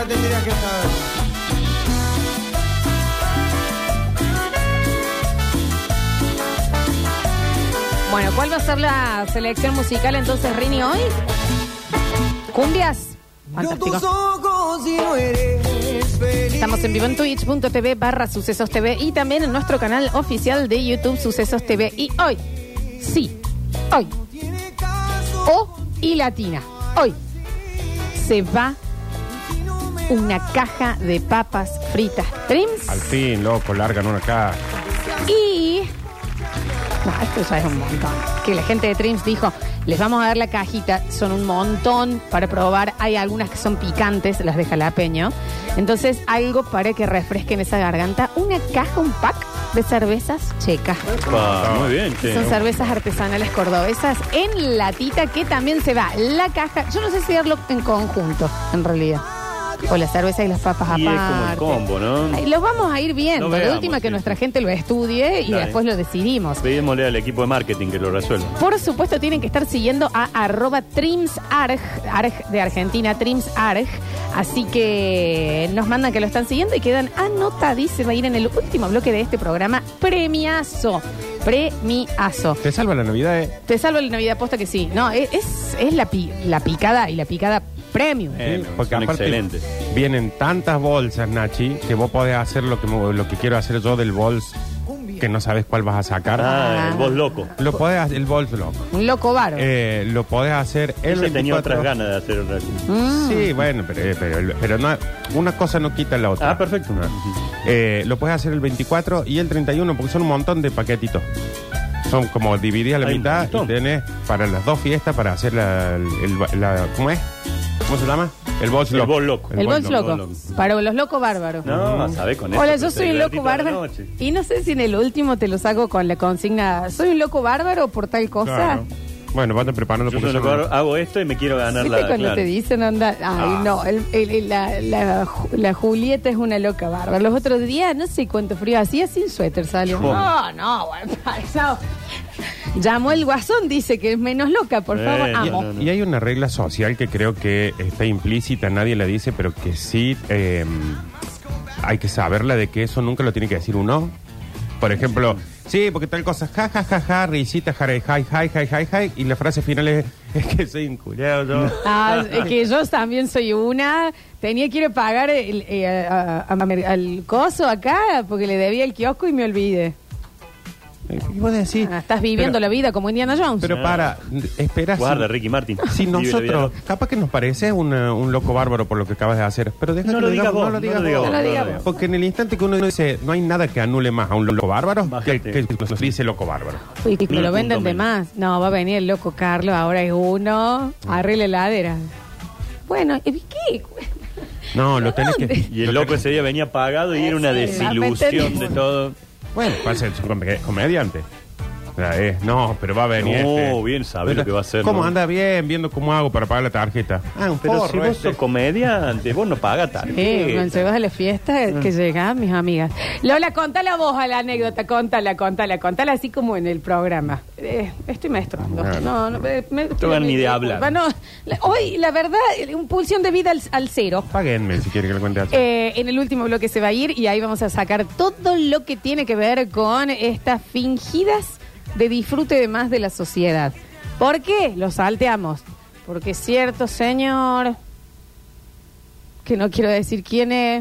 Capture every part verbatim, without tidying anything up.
tendría que saber. Bueno, ¿cuál va a ser la selección musical entonces, Rini, hoy? ¿Cumbias? Fantástico. Estamos en vivo en twitch.tv barra Sucesos T V y también en nuestro canal oficial de YouTube Sucesos T V. Y hoy, sí, hoy, O y Latina, hoy se va una caja de papas fritas Trims. Al fin, loco, largan una caja. Y... no, esto ya es un montón. Que la gente de Trims dijo, les vamos a dar la cajita, son un montón para probar. Hay algunas que son picantes, las de jalapeño. Entonces, algo para que refresquen esa garganta. Una caja, un pack de cervezas checas. Ah, muy bien, che. Son cervezas artesanales cordobesas en latita, que también se va la caja. Yo no sé si darlo en conjunto, en realidad. O las cervezas y las papas y aparte. Es como el combo, ¿no? Ay, los vamos a ir viendo. Lo De veamos, última que sí, nuestra sí. gente lo estudie y Dale. después lo decidimos. Pedímosle al equipo de marketing que lo resuelva. Por supuesto, tienen que estar siguiendo a arroba trimsarg, arg de Argentina, trimsarg. Así que nos mandan que lo están siguiendo y quedan anotadísimos. Va a ir en el último bloque de este programa. Premiazo. Premiazo. Te salva la Navidad, eh. Te salvo la Navidad, posta que sí. No, es, es, es la, pi, la picada y la picada premium. Eh, Porque son aparte excelentes. vienen tantas bolsas, Nachi, que vos podés hacer lo que, me- lo que quiero hacer yo del bols, que no sabes cuál vas a sacar. Ah, el voz loco. Lo podés hacer, el bols loco. Un loco bárbaro. Eh, lo podés hacer el Ella tenía veinticuatro. otras ganas de hacer otra cosa. Mm. Sí, bueno, pero, pero, pero no, una cosa no quita la otra. Ah, perfecto. Eh, lo puedes hacer el veinticuatro y el treinta y uno, porque son un montón de paquetitos. Son como divididas a la Hay un mitad y montón. tenés para las dos fiestas para hacer la, el- la- ¿cómo es? ¿Cómo se llama? El bols El loco. bol loco. El bols bols loco. loco. Para los locos bárbaros. No, sabe con eso. Hola, que yo se soy un divertí loco toda la bárbaro. noche. Y no sé si en el último te lo saco con la consigna, ¿soy un loco bárbaro por tal cosa? Claro. Bueno, vate preparando Yo porque soy son- loco, hago esto y me quiero ganar ¿Viste la. cuando Claro. te dicen, anda? Ay, Ah. no, el- el- el- la, la, la Julieta es una loca bárbara. Los otros días, no sé cuánto frío hacía, sin suéter salió. ¿Cómo? No, no, bueno, para eso. Llamó el guasón, dice que es menos loca, por Eh, favor, ya amo. no, no. Y hay una regla social que creo que está implícita, nadie la dice, pero que sí eh, hay que saberla de que eso nunca lo tiene que decir uno. Por ejemplo, sí, porque tal cosa, ja, ja, ja, ja, risita, jare, jai, jai, jai, jai, jai, y la frase final es, es que soy inculiado yo. Ah, es que yo también soy una. Tenía que ir a pagar el, eh, a- a- a- al coso acá porque le debía el kiosco y me olvidé. Y vos decís, Ah, estás viviendo pero, la vida como Indiana Jones. pero para, espera. Guarda, si- Ricky Martin. Si Vive la vida nosotros, loca. capaz que nos parece una- un loco bárbaro por lo que acabas de hacer, pero deja No que lo digas digamos, vos, no lo digas no lo digas vos. vos, no lo digas vos. Porque en el instante que uno dice, no hay nada que anule más a un loco bárbaro que, Bájate. que nos dice loco bárbaro. Uy, que me Ni lo un venden punto de menos. más. No, va a venir el loco Carlos, ahora es uno. Arregle la heladera. Bueno, ¿y qué? No, lo tenés que... Y el loco ese día venía pagado y era una Sí, desilusión la de todo. Bueno, va a ser un com- comediante. O sea, es, no, pero va a venir. No, este. bien sabe lo que va a hacer, ¿Cómo ¿no? anda bien? Viendo cómo hago para pagar la tarjeta. Ah, un Pero forro si vos este. sos comediante, vos no pagas Sí, tarjeta. cuando llegas a la fiesta, que llegan mis amigas. Lola, contala vos a la anécdota, contala, contala, contala así como en el programa. Eh, estoy menstruando. Ah, No, no, me, me- No van ni de me- hablar. Bueno, la- hoy, la verdad, un pulsión de vida al, al cero. Páguenme si quieren que le cuente algo. Eh, en el último bloque se va a ir y ahí vamos a sacar todo lo que tiene que ver con estas fingidas de disfrute de más de la sociedad. ¿Por qué? Lo salteamos. Porque cierto señor, que no quiero decir quién es,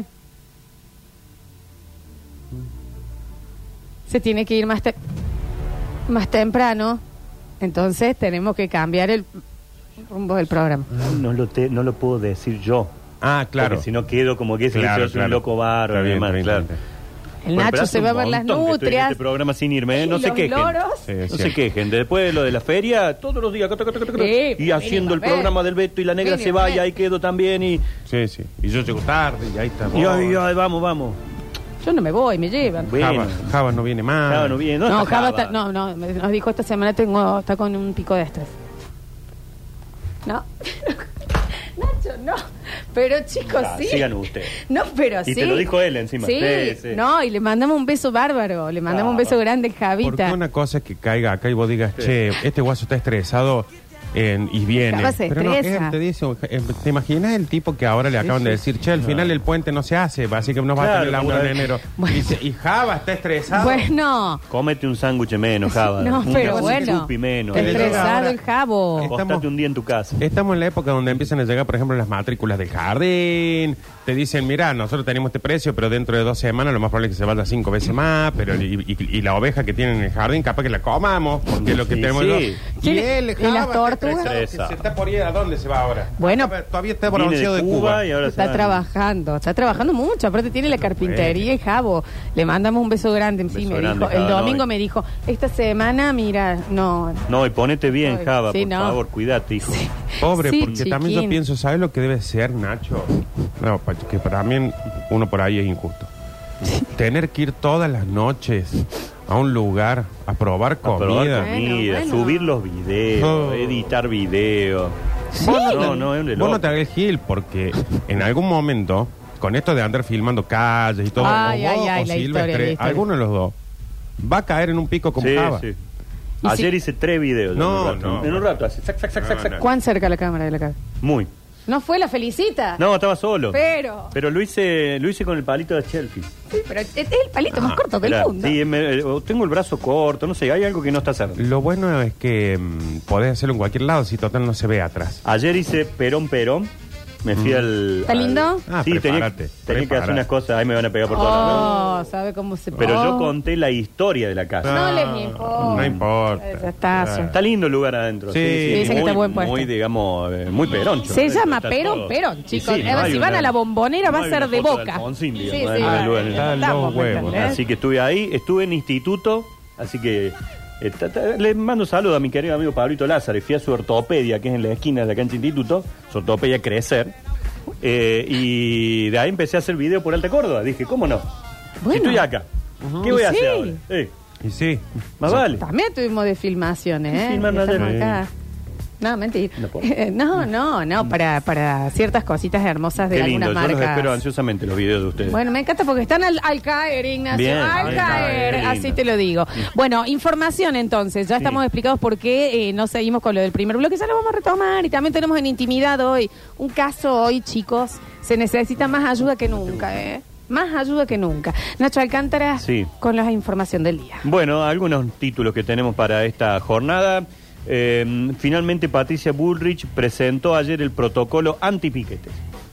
se tiene que ir más, te- más temprano. Entonces tenemos que cambiar el rumbo del programa. No lo, te- no lo puedo decir yo. Ah, claro. Porque si no quedo como que ese Claro, que soy claro. un loco barro. Está bien, además, está bien, claro. está bien. El Bueno, pero Nacho hace se va a un ver las montón que estoy en nutrias. este programa sin irme, ¿eh? Y No se los quejen. loros. Sí, No sí. se quejen. Después de lo de la feria, todos los días. Cota, cota, cota, cota, Sí, y haciendo el ven. programa del Beto y la negra Ven, se vaya, ven. ahí quedo también. Y, Sí, sí. Y yo llego tarde y ahí está. y ay, ay, vamos, vamos. Yo no me voy, me llevan. Bueno. Java, Java no viene más. Java no viene. ¿Dónde No, está Java Java? está, no, no, me- nos dijo esta semana tengo, está con un pico de estrés. No. Nacho, no. Pero chicos, Ah, sí. sigan ustedes. No, pero Y sí. te lo dijo él encima. Sí. Sí, sí. No, y le mandamos un beso bárbaro. Le mandamos Ah, un beso va. grande, Porque Javita. una cosa es que caiga acá y vos digas, Sí. che, este guaso está estresado. en- y viene. Capaz se Pero no, estresa. él te dice, eh, ¿te imaginas el tipo que ahora le acaban de decir, che, al final el puente no se hace, así que no va a Claro, tener laburo una en vez. enero? Bueno. Dice, y Java está estresado. Bueno, Cómete un sándwich menos, Java. no, Un pero un bueno. chupi menos. Que le llega Estresado ahora- el jabo. Estamos- Acostate un día en tu casa. Estamos en la época donde empiezan a llegar, por ejemplo, las matrículas del jardín. Te dicen, mira, nosotros tenemos este precio, pero dentro de dos semanas lo más probable es que se vaya cinco veces más. Pero y, y- y la oveja que tienen en el jardín, capaz que la comamos, porque es lo que Sí, tenemos. sí. ¿no? Sí, Y él, y Java, las está tortugas. estresado, que se está por ir. ¿A dónde se va ahora? Bueno, todavía está Viene bronceado de de Cuba, Cuba. y ahora se Está va. trabajando, está trabajando mucho. Aparte tiene la carpintería y jabo. Le mandamos un beso grande. En Beso fin, me grande, dijo. El Java, domingo no, y- me dijo, esta semana, mira, no. No, y ponete bien, Ay, Java, sí, por no. favor, cuídate, hijo. Pobre, Sí, porque también yo chiquín. pienso, ¿sabes lo que debe ser, Nacho? No, pa- que para mí uno por ahí es injusto. Tener que ir todas las noches a un lugar a probar A probar comida. comida, Bueno, bueno. subir los videos, Oh. editar videos. Sí. No, no, es un de Vos no loco. te hagas el gil, porque en algún momento, con esto de andar filmando calles y todo, Ay, o vos ay, ay, o la Silvestre, historia, la historia. alguno de los dos, va a caer en un pico como Sí, Java. sí. Y Ayer si- hice tres videos. No, en un rato, no. En un rato, así, sac, sac, sac, No, sac, sac. no. ¿Cuán cerca la cámara de la cara? Muy. ¿No fue la felicita? No, estaba solo. Pero. Pero lo hice, lo hice con el palito de Chelsea. Sí, pero es es el palito más corto del Esperá, mundo. sí, me- eh, tengo el brazo corto, no sé, hay algo que no está cerrado. Lo bueno es que mm, podés hacerlo en cualquier lado, si total no se ve atrás. Ayer hice Perón Perón. Me fui al. ¿Está al- lindo? Ah, sí, tenía, prepárate, tenía que hacer prepárate. unas cosas, ahí me van a pegar por todos lados. Oh, ¿sabe cómo se Pero oh. yo conté la historia de la casa. No Ah, les importa. No importa. Ya está, Ah. ya. Está lindo el lugar adentro. Sí. Dicen que muy, está buen puesto. muy, digamos, eh, muy peroncho. Se ¿no? llama Está Perón, todo. Perón, Y chicos. sí, A ver, no hay si van una- a la bombonera va no a hay ser una de foto Boca. Alfonsín, Sí, digamos, sí, en el va- lugar. ya Está estamos, los ¿me huevos. entendés? Así que estuve ahí, estuve en instituto, así que eh, ta- ta- le mando saludos a mi querido amigo Pablito Lázaro y fui a su ortopedia, que es en la esquina de la cancha instituto, su ortopedia Crecer, eh, y de ahí empecé a hacer video por Alta Córdoba. Dije, ¿cómo no? Bueno. Si estoy acá, ¿qué voy a Y hacer sí. ahora? Eh, Y sí. más vale. También tuvimos de filmaciones, ¿eh? filmaron Que estamos ayer. acá. No, mentira. No puedo. No, no, no, para, para ciertas cositas hermosas de Qué lindo, algunas yo los marcas. espero ansiosamente los videos de ustedes. Bueno, me encanta porque están al, al caer, Ignacio. Bien, al bien, caer, qué lindo. así te lo digo. Bueno, información entonces. Ya Sí. estamos explicados por qué eh, no seguimos con lo del primer bloque. Ya lo vamos a retomar. Y también tenemos en intimidad hoy un caso hoy, chicos. Se necesita más ayuda que nunca, ¿eh? Más ayuda que nunca. Nacho Alcántara, Sí. con la información del día. Bueno, algunos títulos que tenemos para esta jornada. Eh, finalmente Patricia Bullrich presentó ayer el protocolo anti-piquetes.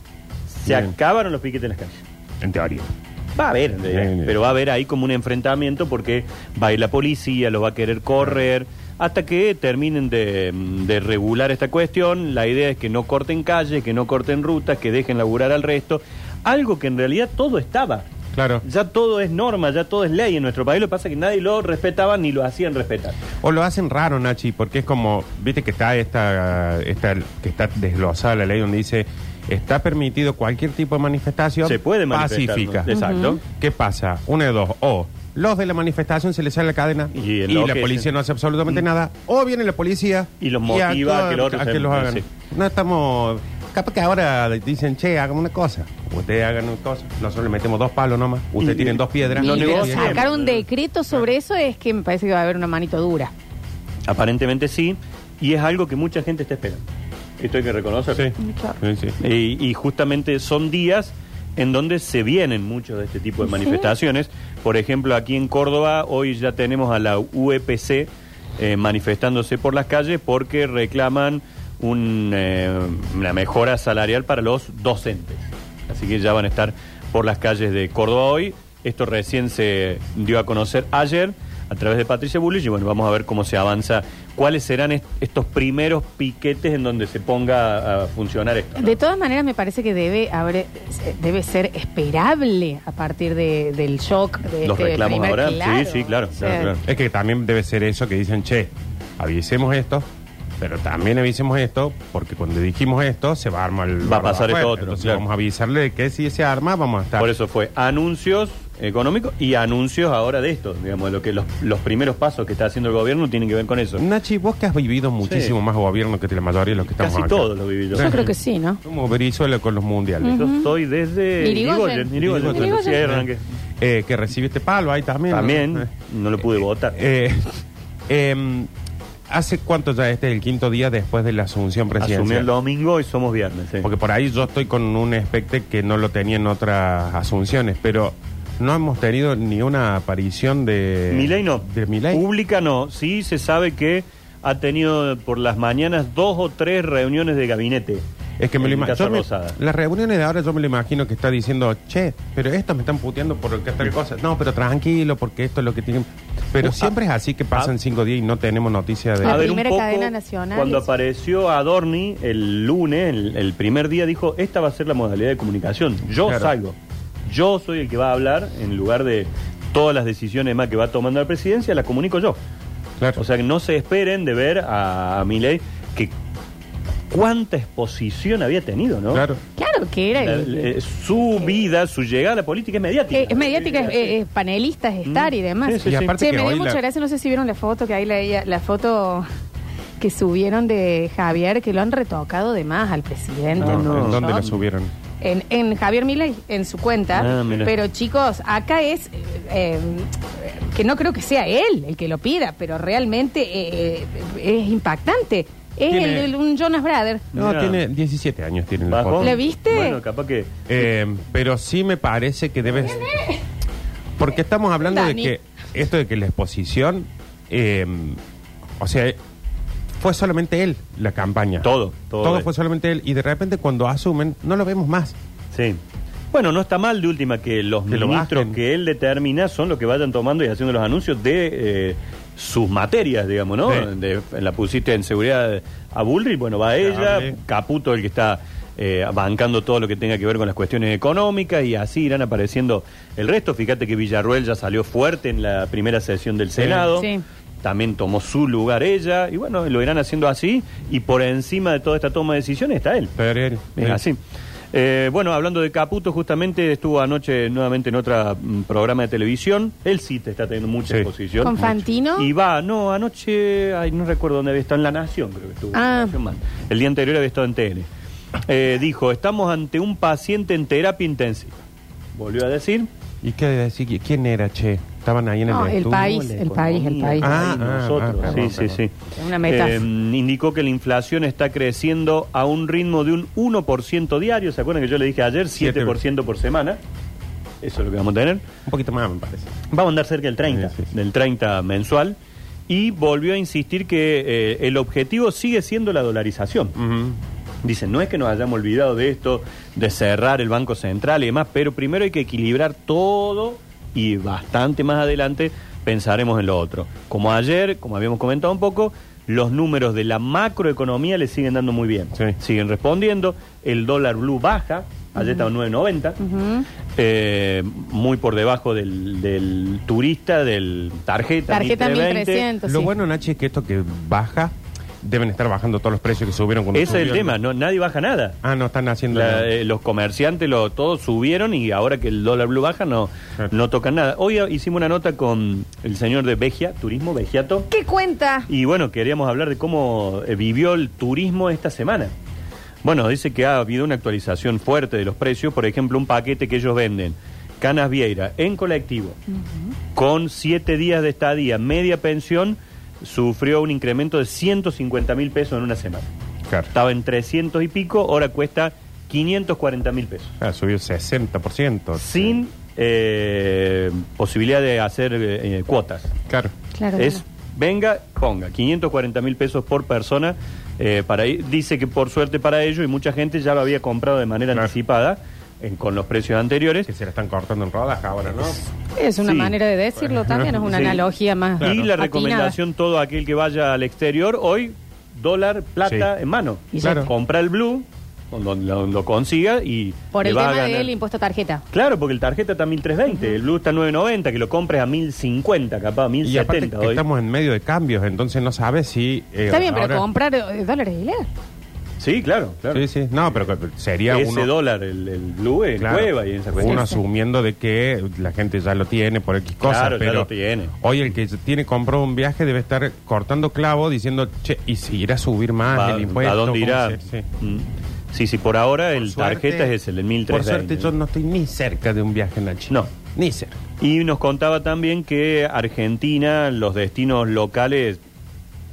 Se Bien. acabaron los piquetes en las calles. En teoría. Va a haber, en realidad, Bien, bien. pero va a haber ahí como un enfrentamiento porque va a ir la policía, los va a querer correr, hasta que terminen de, de regular esta cuestión. La idea es que no corten calles, que no corten rutas, que dejen laburar al resto. Algo que en realidad todo estaba. Claro. Ya todo es norma, ya todo es ley en nuestro país. Lo que pasa es que nadie lo respetaba ni lo hacían respetar. O lo hacen raro, Nachi, porque es como, viste que está esta, esta que está desglosada la ley donde dice, está permitido cualquier tipo de manifestación Se puede manifestar, pacífica. ¿no? Exacto. ¿Qué pasa? Una de dos, o los de la manifestación se les sale la cadena Y y, la enloquecen. policía no hace absolutamente nada, o viene la policía Y los motiva actúa a que los otros a que se- los hagan. sí. No estamos... Capaz que ahora dicen, che, hagan una cosa. Ustedes hagan una cosa. Nosotros le metemos dos palos nomás. Ustedes Y- tienen dos piedras. Y No pero negocian. sacar un decreto sobre eso es que me parece que va a haber una manito dura. Aparentemente sí, y es algo que mucha gente está esperando. Esto hay que reconocer. Sí. Sí, sí. Y, y justamente son días en donde se vienen muchos de este tipo de manifestaciones. Por ejemplo, aquí en Córdoba hoy ya tenemos a la U E P C eh, manifestándose por las calles porque reclaman un, eh, una mejora salarial para los docentes. Así que ya van a estar por las calles de Córdoba hoy. Esto recién se dio a conocer ayer a través de Patricia Bullrich y bueno, vamos a ver cómo se avanza. ¿Cuáles serán est- estos primeros piquetes en donde se ponga a funcionar esto? ¿no? De todas maneras, me parece que debe haber, debe ser esperable a partir de, del shock de Los este reclamos primer- ahora. claro. Sí, sí, claro, O sea, claro, claro. Es que también debe ser eso que dicen, che, avisemos esto, pero también avisemos esto, porque cuando dijimos esto, se va a armar el... Va a pasar barro esto afuera. otro, Entonces claro. vamos a avisarle que si se arma, vamos a estar... Por eso fue anuncios económicos y anuncios ahora de esto. Digamos, lo que los, los primeros pasos que está haciendo el gobierno tienen que ver con eso. Nachi, vos que has vivido muchísimo más gobierno que la mayoría de los que estamos Casi acá. todo lo viví yo. Yo creo que sí, ¿no? Como Brizuela con los mundiales. Yo estoy desde Irigoyen. Irigoyen. Irigoyen. Irigoyen. Sí, ahí arranqué. Eh, que recibiste palo ahí también. ¿no? También Eh. no lo pude votar. Eh, em, ¿Hace cuánto ya este es el quinto día después de la asunción presidencial? Asumió el domingo y somos viernes. Sí. Porque por ahí yo estoy con un expecte que no lo tenía en otras asunciones, pero no hemos tenido ni una aparición de... Milei no. De Milei. Pública no. Sí se sabe que ha tenido por las mañanas dos o tres reuniones de gabinete. Es que me lo en Casa imagino. Rosada. Las reuniones de ahora yo me lo imagino que está diciendo, che, pero estos me están puteando por que tal cosa. No, pero tranquilo, porque esto es lo que tienen. Pero Uh, siempre es así que pasan ah, cinco días y no tenemos noticia de. La A ver, primera un poco, cadena nacional, cuando eso. apareció Adorni el lunes, el, el primer día, dijo, esta va a ser la modalidad de comunicación. Yo Claro. salgo. Yo soy el que va a hablar en lugar de todas las decisiones más que va tomando la presidencia, las comunico yo. Claro. O sea, que no se esperen de ver a, a Milei que cuánta exposición había tenido, ¿no? Claro. Claro que era. La- el- eh, su vida, su llegada a la política es mediática. Eh, es mediática, es, es- es panelista, es estar y demás. Sí, sí, Y sí. aparte Che, que me dio hoy mucha la- gracia, no sé si vieron la foto que ahí leía, la foto que subieron de Javier, que lo han retocado de más al presidente. No, no. ¿en dónde ¿No? lo subieron? En, en Javier Milei, en su cuenta. Ah, mira. Pero chicos, acá es eh, eh, que no creo que sea él el que lo pida, pero realmente eh, es impactante. Es Tiene- el, el- un Jonas Brother. No, Mira. tiene diecisiete años, tiene la Bajón. foto. ¿La viste? Bueno, capaz que... Eh, pero sí me parece que debes. Porque estamos hablando Dani. de que esto de que la exposición, eh, o sea, fue solamente él la campaña. Todo, todo Todo él. fue solamente él y de repente cuando asumen no lo vemos más. Sí. Bueno, no está mal de última que los Que lo ministros bajen. que él determina son los que vayan tomando y haciendo los anuncios de eh, sus materias, digamos, ¿no? Sí. De- la pusiste en seguridad a Bullrich, bueno, va ella, hable. Caputo el que está eh, bancando todo lo que tenga que ver con las cuestiones económicas y así irán apareciendo el resto. Fíjate que Villarruel ya salió fuerte en la primera sesión del Sí. Senado. Sí. También tomó su lugar ella y bueno, lo irán haciendo así y por encima de toda esta toma de decisiones está él. Pero él, Es sí. así. Eh, bueno, hablando de Caputo, justamente estuvo anoche nuevamente en otro mm, programa de televisión. Él sí te está teniendo mucha Sí. exposición. ¿Con Fantino? Y va, no, anoche, ay, no recuerdo dónde había estado, en La Nación creo que estuvo. en Ah. La Nación más. El día anterior había estado en T N. Eh, dijo, estamos ante un paciente en terapia intensiva. Volvió a decir. ¿Y qué decir? ¿Quién era, che? Estaban ahí en No, el el estudio. país, el país, el país. Ah, Ahí ah, nosotros. ah, sí, perdón, sí, perdón. sí. Es una metáfora. Eh, indicó que la inflación está creciendo a un ritmo de un uno por ciento diario. ¿Se acuerdan que yo le dije ayer? siete por ciento por semana. Eso es lo que vamos a tener. Un poquito más, me parece. Vamos a andar cerca del treinta, Sí, sí, sí. del treinta mensual. Y volvió a insistir que eh, el objetivo sigue siendo la dolarización. Ujú. Dicen, no es que nos hayamos olvidado de esto, de cerrar el Banco Central y demás, pero primero hay que equilibrar todo y bastante más adelante pensaremos en lo otro. Como ayer, como habíamos comentado un poco, los números de la macroeconomía le siguen dando muy bien. Sí. Siguen respondiendo, el dólar blue baja, ayer estaba en nueve noventa, Ujú. eh, muy por debajo del, del turista, del tarjeta. Tarjeta mil mil trescientos veinte. trescientos. Lo sí. bueno, Nachi, es que esto que baja, deben estar bajando todos los precios que subieron cuando Ese es el subió tema, no, nadie baja nada. Ah, no, están haciendo... La- eh, los comerciantes lo, todos subieron y ahora que el dólar blue baja no, Claro. no tocan nada. Hoy ah, hicimos una nota con el señor de Vegia, Turismo, Vegiato, ¿Qué cuenta? y bueno, queríamos hablar de cómo eh, vivió el turismo esta semana. Bueno, dice que ha habido una actualización fuerte de los precios, por ejemplo, un paquete que ellos venden, Canas Vieira, en colectivo, con siete días de estadía, media pensión, sufrió un incremento de ciento cincuenta mil pesos en una semana. Claro. Estaba en trescientos y pico, ahora cuesta quinientos cuarenta mil pesos. Ah, subió sesenta por ciento. Sin eh, posibilidad de hacer eh, cuotas. Claro. Claro. Es, claro. venga, ponga, quinientos cuarenta mil pesos por persona. eh, para ir. Dice que por suerte para ellos y mucha gente ya lo había comprado de manera Claro. anticipada en- con los precios anteriores. Que se la están cortando en rodajas ahora, ¿no? Es una Sí. manera de decirlo también, es una Sí. analogía más. Y la atinada. recomendación, todo aquel que vaya al exterior, hoy, dólar, plata Sí. en mano. Y ya Claro. Compra el blue, donde lo, lo consiga y Por le el va a tema ganar. del impuesto tarjeta. Claro, porque el tarjeta está a mil trescientos veinte, el blue está a nueve noventa, que lo compres a mil cincuenta, capaz, mil Y aparte setenta que hoy. estamos en medio de cambios, entonces no sabes si... eh, Está bien, pero ahora- comprar eh, dólares y leer. Sí, claro, claro. Sí, sí. No, pero que sería Ese uno... dólar, el, el blue, en Claro, cueva y en esa cuestión. uno asumiendo de que la gente ya lo tiene por X cosas, Claro, ya pero lo tiene. hoy el que tiene comprado un viaje debe estar cortando clavo diciendo, che, ¿y si irá a subir más Va- el impuesto? ¿A dónde ¿Cómo irá? se- sí. Mm. Sí, sí, por ahora Por el suerte- tarjeta es ese, el mil Por trescientos veinte. suerte yo no estoy ni cerca de un viaje, Nachi. No. Ni cerca. Y nos contaba también que Argentina, los destinos locales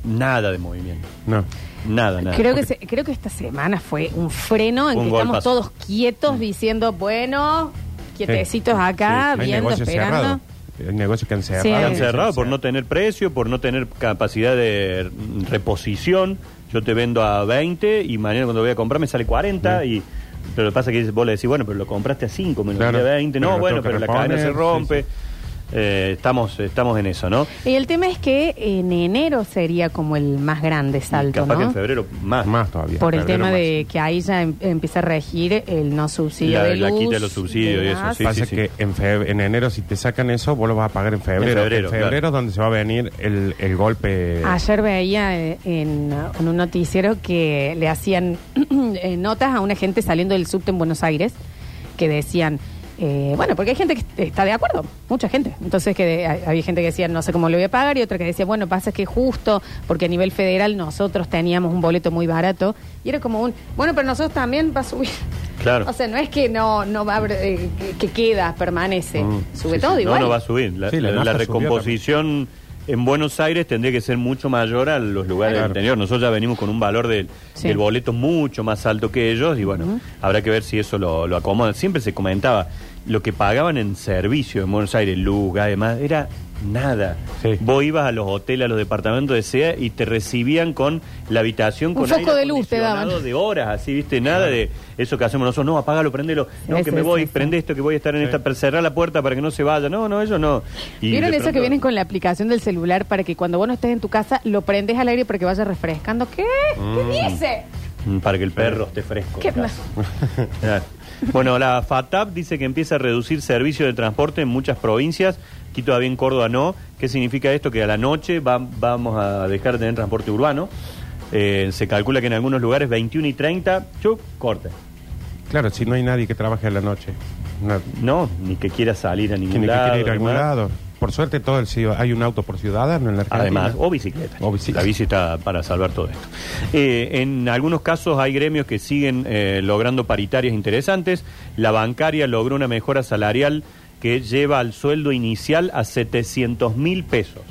nada de movimiento. No. Nada, nada. Creo que, se- creo que esta semana fue un freno en Un que golpazo. estamos todos quietos diciendo, bueno, quietecitos acá, Hay viendo, negocios esperando. cerrados. Hay negocios que han cerrado. Sí, Han Sí, cerrado por no tener precio, por no tener capacidad de reposición. Yo te vendo a veinte y mañana cuando voy a comprar me sale cuarenta. Y, pero lo que pasa es que vos le decís, bueno, pero lo compraste a cinco, me lo Claro, vendí a veinte. pero No, lo bueno, tengo que pero la cadena se reponer, rompe. sí, Eh, estamos, estamos en eso, ¿no? Y el tema es que en enero sería como el más grande salto, Capaz que en ¿no? febrero más. Más todavía. Por el febrero tema más. de que ahí ya em- empieza a regir el no subsidio La- de la luz. quita de los subsidios y eso, gas. sí. Pasa que en, fe- en enero, si te sacan eso, vos lo vas a pagar en febrero. En febrero, febrero claro. es donde se va a venir el, el golpe. Ayer veía eh, en, uh, en un noticiero que le hacían eh, notas a una gente saliendo del subte en Buenos Aires que decían, eh, bueno, porque hay gente que está de acuerdo, mucha gente. Entonces que de- hay- había gente que decía, no sé cómo lo voy a pagar, y otra que decía, bueno, pasa que justo porque a nivel federal nosotros teníamos un boleto muy barato y era como un, bueno, pero nosotros también va a subir. Claro. O sea, no es que no no va a haber, eh, que, que queda, permanece, Mm, sube sí, todo sí. igual. No, no va a subir. La, Sí, la la- nafta la subió recomposición en Buenos Aires tendría que ser mucho mayor a los lugares Claro. del interior. Nosotros ya venimos con un valor del, Sí. del boleto mucho más alto que ellos y bueno, habrá que ver si eso lo, lo acomoda. Siempre se comentaba, lo que pagaban en servicio en Buenos Aires, luz, gas, además, era nada. Sí. Vos ibas a los hoteles, a los departamentos de SEA y te recibían con la habitación Un con foco aire de luz te daban. acondicionado de horas, así, ¿viste? Nada de eso que hacemos nosotros. No, apágalo, prendelo. No, Sí, que sí, me voy, sí, sí. prende esto, que voy a estar en Sí. esta, para cerrar la puerta para que no se vaya. No, no, eso no. Y ¿Vieron de eso que pronto- vienen con la aplicación del celular para que cuando vos no estés en tu casa lo prendes al aire para que vaya refrescando? ¿Qué? ¿Qué dice? Mm, Para que el perro esté fresco. ¿Qué? Claro. Claro. Bueno, la FATAP dice que empieza a reducir servicio de transporte en muchas provincias. Aquí todavía en Córdoba no. ¿Qué significa esto? Que a la noche va- vamos a dejar de tener transporte urbano. Eh, se calcula que en algunos lugares veintiuno y treinta, chup, corte. Claro, si no hay nadie que trabaje a la noche. No, No, ni que quiera salir a ningún que ni que lado. quiere ir a algún demás. lado. Por suerte, todo el ciudad- hay un auto por ciudadano en la Argentina. Además, o bicicleta. O bicicleta. La bici está para salvar todo esto. Eh, en algunos casos hay gremios que siguen eh, logrando paritarias interesantes. La bancaria logró una mejora salarial que lleva al sueldo inicial a setecientos mil pesos.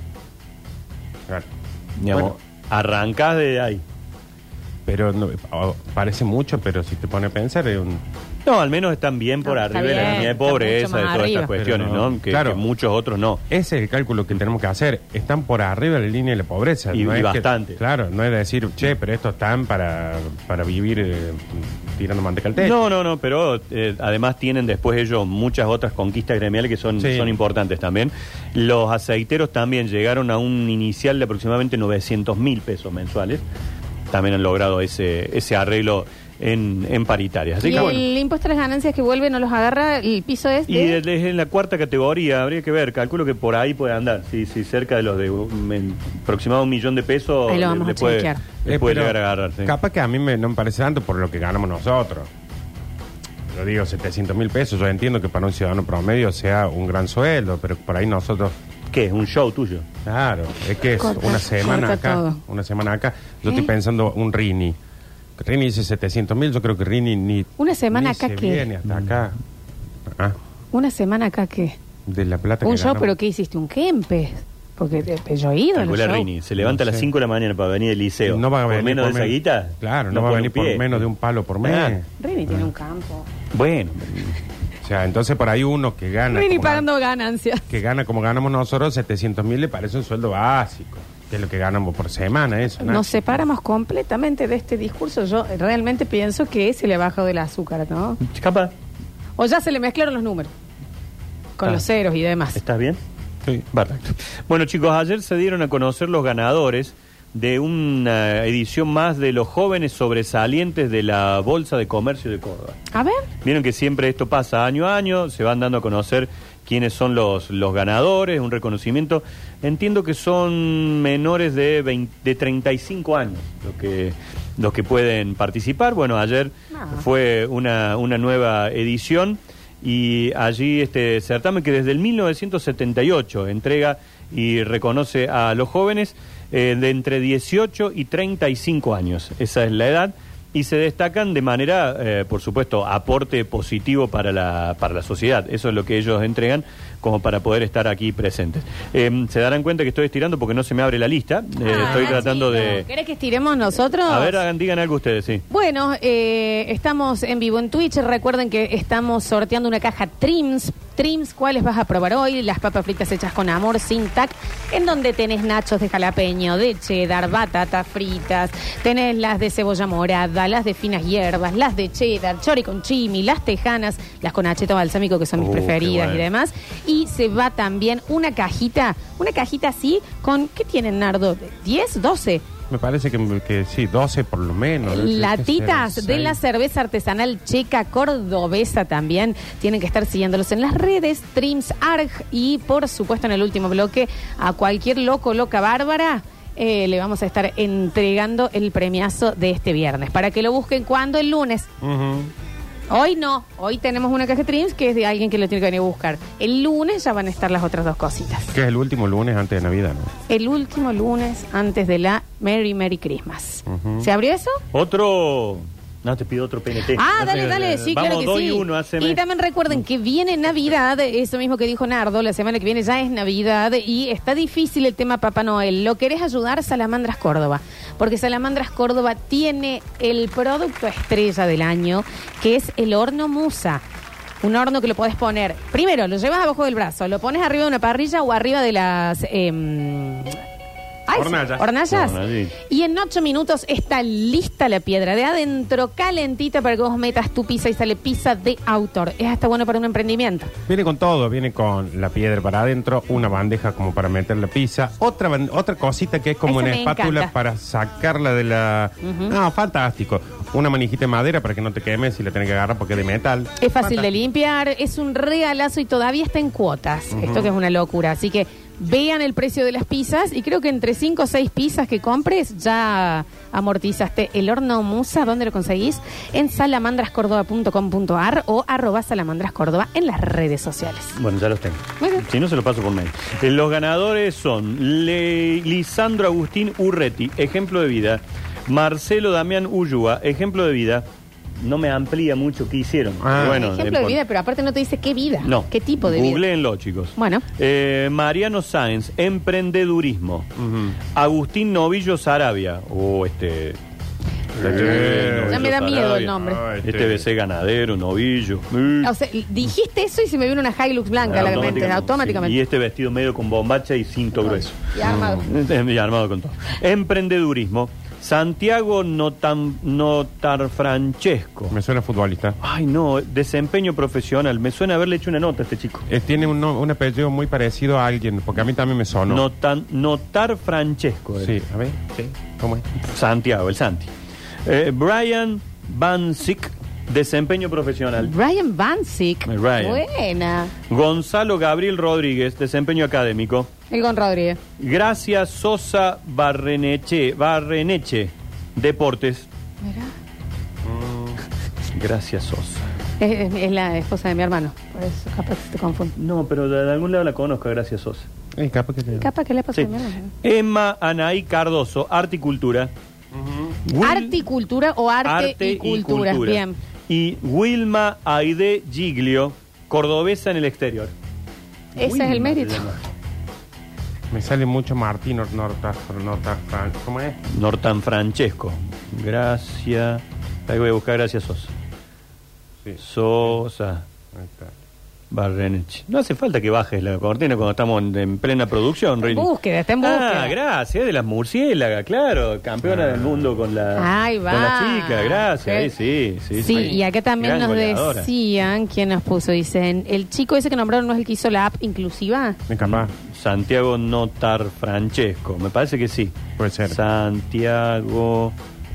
Claro. Digamos, Bueno, arrancás de ahí. pero no, oh, parece mucho, pero si te pone a pensar, es un. No, al menos están bien por No, arriba está de la bien, línea de está pobreza, mucho de más todas arriba. estas cuestiones, Pero no, ¿no? Que, claro. que muchos otros no. Ese es el cálculo que tenemos que hacer. Están por arriba de la línea de la pobreza. Y- no y es que- bastante. claro, no es decir, che, pero estos están para, para vivir eh, tirando manteca al techo. No, no, no, pero eh, además tienen después ellos muchas otras conquistas gremiales que son, Sí. son importantes también. Los aceiteros también llegaron a un inicial de aproximadamente novecientos mil pesos mensuales. También han logrado ese, ese arreglo en, en paritarias. Así Y que el bueno. impuesto a las ganancias que vuelve no los agarra, el piso es Y de... es en la cuarta categoría, habría que ver, calculo que por ahí puede andar, sí, sí, cerca de los de un, en- aproximado un millón de pesos Ahí lo le- vamos le, a puede, chequear. le Eh, puede pero llegar a agarrar. sí. Capaz que a mí me, no me parece tanto por lo que ganamos nosotros. Lo digo, setecientos mil pesos. Yo entiendo que para un ciudadano promedio sea un gran sueldo, pero por ahí nosotros. ¿Qué? ¿Es un show tuyo? Claro, es que es Corta, una semana corta acá. todo. Una semana acá. Yo ¿Eh? estoy pensando un Rini. Rini dice setecientos mil. Yo creo que Rini ni. Una semana ni acá, se ¿qué? viene hasta acá. Ah, Una semana acá que... de la plata Un que show, ganamos. pero ¿qué hiciste? ¿Un Kempes? Porque eh, yo he ido a los Calcula shows. Rini, se levanta No a las sé. cinco de la mañana para venir del liceo. No va a ¿Por venir menos por de esa men- guita? Claro, no, va a pone venir un por pie. menos de un palo por mes. Ah. Rini tiene un campo. Bueno, O sea, entonces por ahí uno que gana. Rini como pagando ganancias. que gana como ganamos nosotros, setecientos mil le parece un sueldo básico, que es lo que ganamos por semana, eso. ¿no? Nos separamos completamente de este discurso. Yo realmente pienso que se le ha bajado el azúcar, ¿no? capaz. O ya se le mezclaron los números. Con Ah. los ceros y demás. ¿Estás bien? Sí. Perfecto. Bueno, chicos, ayer se dieron a conocer los ganadores de una edición más de los jóvenes sobresalientes de la Bolsa de Comercio de Córdoba. A ver. Vieron que siempre esto pasa año a año, se van dando a conocer quiénes son los, los ganadores, un reconocimiento. Entiendo que son menores de, veinte, de treinta y cinco años los que, los que pueden participar. Bueno, ayer Ah. fue una, una nueva edición y allí este certamen que desde el mil novecientos setenta y ocho entrega y reconoce a los jóvenes eh, de entre dieciocho y treinta y cinco años. Esa es la edad. y se destacan de manera, eh, por supuesto, aporte positivo para la, para la sociedad. Eso es lo que ellos entregan como para poder estar aquí presentes. Eh, se darán cuenta que estoy estirando porque no se me abre la lista. Eh, Ah, estoy tratando chico. de... ¿Querés que estiremos nosotros? A ver, hagan, digan algo ustedes, sí. Bueno, eh, estamos en vivo en Twitch. Recuerden que estamos sorteando una caja Trims. Trims, ¿cuáles vas a probar hoy? Las papas fritas hechas con amor, sin tac, en donde tenés nachos de jalapeño, de cheddar, batatas fritas, tenés las de cebolla morada, las de finas hierbas, las de cheddar, chori con chimi, las tejanas, las con acheto balsámico, que son mis Uh, qué preferidas bueno. y demás. Y se va también una cajita, una cajita así, con, ¿qué tienen, Nardo? ¿diez? ¿doce? Me parece que, que sí, doce por lo menos. Latitas Seis. de la cerveza artesanal checa cordobesa también. Tienen que estar siguiéndolos en las redes, Trims Arg, y por supuesto en el último bloque a cualquier loco, loca, bárbara. Eh, le vamos a estar entregando el premiazo de este viernes. Para que lo busquen, ¿cuándo? El lunes. Ujú. Hoy no, hoy tenemos una caja de Trims que es de alguien que lo tiene que venir a buscar. El lunes ya van a estar las otras dos cositas. Que es el último lunes antes de Navidad, ¿no? El último lunes antes de la Merry Merry Christmas. Ujú. ¿Se abrió eso? Otro... No, te pido otro P N T. Ah, dale, dale, sí, Vamos, claro que dos sí. y uno, haceme. Y también recuerden que viene Navidad, eso mismo que dijo Nardo, la semana que viene ya es Navidad y está difícil el tema Papá Noel. ¿Lo querés ayudar? Salamandras Córdoba. Porque Salamandras Córdoba tiene el producto estrella del año, que es el horno Musa. Un horno que lo podés poner, primero lo llevas abajo del brazo, lo pones arriba de una parrilla o arriba de las... Eh, Ay, Hornallas. hornallas. Hornallas. Y en ocho minutos está lista la piedra de adentro, calentita para que vos metas tu pizza y sale pizza de autor. Es hasta bueno para un emprendimiento. Viene con todo, viene con la piedra para adentro, una bandeja como para meter la pizza, otra ban- otra cosita que es como Esa una me espátula encanta. para sacarla de la... No, fantástico. Una manijita de madera para que no te quemes si la tenés que agarrar porque es de metal. Es fácil de Fantástico. limpiar, es un regalazo y todavía está en cuotas. Esto que es una locura. Así que vean el precio de las pizzas y creo que entre cinco o seis pizzas que compres ya amortizaste el horno Musa. ¿Dónde lo conseguís? En salamandrascórdoba punto com punto ar o arroba salamandrascórdoba en las redes sociales. Bueno, ya los tengo. Muy bien. Si no, se los paso por mail. Eh, los ganadores son Le- Lisandro Agustín Urreti, ejemplo de vida. Marcelo Damián Ullúa, ejemplo de vida. No me amplía mucho qué hicieron. Ah. Bueno, Ejemplo eh, de pon- vida, pero aparte no te dice qué vida. No. ¿Qué tipo de vida? Googleenlo, chicos. Bueno. Eh, Mariano Sáenz, emprendedurismo. Ujú. Agustín Novillo Sarabia. Oh, este... Eh, Ya me da miedo el nombre. Ah, Este debe ser ganadero, novillo. O sea, dijiste eso y se me vino una Hilux blanca a la mente, automáticamente. Sí. Y este vestido medio con bombacha y cinto grueso. Y armado. Y armado con todo. Emprendedurismo. Santiago Notam, Notar Francesco. Me suena futbolista. Ay, no, desempeño profesional. Me suena haberle hecho una nota a este chico. Eh, tiene un, no- un apellido muy parecido a alguien, porque a mí también me sonó. Notan- Notar Francesco. Sí, a ver, sí, ¿cómo es? Santiago, el Santi. Eh, Brian Bansick, desempeño profesional. Brian Bansick. Brian. Buena. Gonzalo Gabriel Rodríguez, desempeño académico. El Gon Rodríguez. Gracia Sosa Barreneche, Barreneche, deportes. Mira. Gracias Sosa. Es, es la esposa de mi hermano. Por eso capaz que te confundo. No, pero de, de algún lado la conozco, Gracia Sosa. Eh, capaz que te- Capaz que le pasó Sí. a mi hermano. Emma Anaí Cardoso, arte y cultura. Will- Arte y cultura o arte, Arte y cultura. Bien. Y Wilma Aide Giglio, cordobesa en el exterior. Ese Wilma es el mérito. se llama. Me sale mucho Martín Nor- Norta, Norta, Fran- ¿cómo es? Nortan Francesco. Gracias. Ahí voy a buscar Gracias Sosa. Sí. Sosa. Ahí está. Barrenech. No hace falta que bajes la cortina cuando estamos en, en plena producción, Rini. Búsqueda, está en búsqueda. Ah, gracias, de las murciélagas, claro. Campeona del mundo con la, Ahí va. con la chica, gracias. Sí. Ahí sí, sí, Sí, sí. y acá también Gran nos goleadora. decían, ¿quién nos puso? Dicen, el chico ese que nombraron no es el que hizo la app inclusiva. Es capaz, Santiago Notar Francesco, me parece que sí. puede ser. Santiago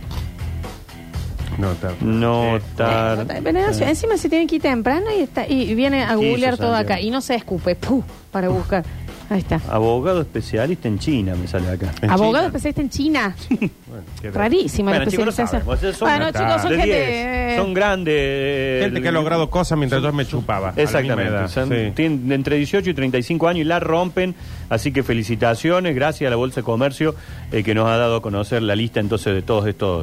Nota. Notar. Eh, Venecia, encima se tiene que ir temprano y está y viene a ¿Qué googlear hizo todo Santiago? acá y no se escupe, ¡puh! Para buscar. Ahí está. Abogado especialista en China, me sale acá. En Abogado China. especialista en China. Bueno, queda- Rarísima la Bueno, chicos, no especialización. sabemos. Ustedes son Bueno, una chicos, son de gente. diez. eh, Son grandes. Gente que ha logrado cosas mientras yo me chupaba. a la misma Exactamente. edad, Son- sí. Tienen entre dieciocho y treinta y cinco años y la rompen. Así que felicitaciones. Gracias a la Bolsa de Comercio eh, que nos ha dado a conocer la lista entonces de todos estos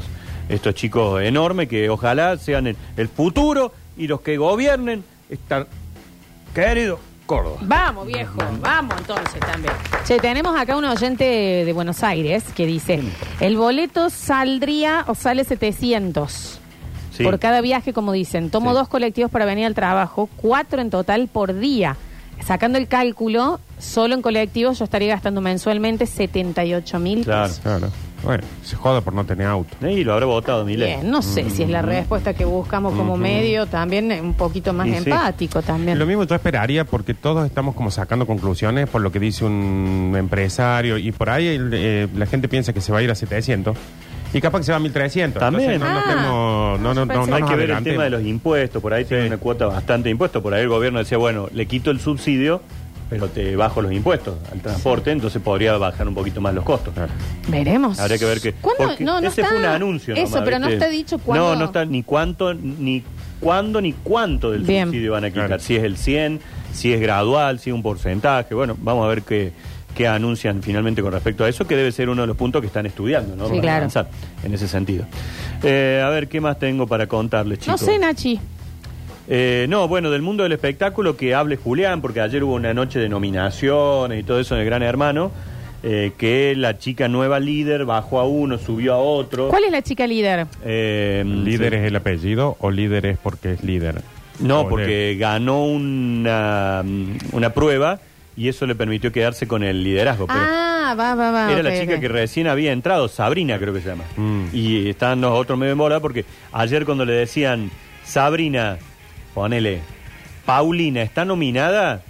estos chicos enormes que ojalá sean el, el futuro y los que gobiernen están querido Córdoba. Vamos, viejo, vamos entonces también. Che, tenemos acá un oyente de Buenos Aires que dice, el boleto saldría o sale setecientos Sí. por cada viaje, como dicen. Tomo Sí. dos colectivos para venir al trabajo, cuatro en total por día. Sacando el cálculo, solo en colectivos yo estaría gastando mensualmente setenta y ocho mil Claro. pesos. Claro. Bueno, se joda por no tener auto. Y lo habrá votado Milei. Bien, no sé si es la respuesta que buscamos como medio, también un poquito más Y sí. empático también. Lo mismo yo esperaría porque todos estamos como sacando conclusiones por lo que dice un empresario y por ahí eh, la gente piensa que se va a ir a setecientos y capaz que se va a mil trescientos. También. Entonces, no, Ah, no, tenemos- no, no, yo no, pensé no Hay nos que ver el adelantemos. tema de los impuestos, por ahí tiene una cuota bastante de impuestos, por ahí el gobierno decía, bueno, le quito el subsidio, pero te bajo los impuestos al transporte, entonces podría bajar un poquito más los costos. Claro. Veremos. Habría que ver que... ¿Cuándo? porque No, no ese está- fue un anuncio. Eso, nomás, pero no ¿viste? está dicho cuándo. No, no está ni cuánto, ni cuándo, ni cuánto del Bien. subsidio van a quitar. Claro. Si es el cien, si es gradual, si es un porcentaje. Bueno, vamos a ver qué, qué anuncian finalmente con respecto a eso, que debe ser uno de los puntos que están estudiando, ¿no? Sí, Para claro. avanzar en ese sentido. Eh, a ver, ¿qué más tengo para contarles, No chicos? sé, Nachi. Eh, no, bueno, del mundo del espectáculo que hable Julián, porque ayer hubo una noche de nominaciones y todo eso en el Gran Hermano, eh, que la chica nueva líder bajó a uno, subió a otro. ¿Cuál es la chica líder? Eh, ¿Líder sí. es el apellido o líder es porque es líder? No, O de- porque ganó una, una prueba y eso le permitió quedarse con el liderazgo. Pero Ah, va, va, va. era ok, la chica ok. que recién había entrado, Sabrina creo que se llama. Mm. Y estaban los otros medio en bola porque ayer cuando le decían, Sabrina, ponele, Paulina, ¿está nominada?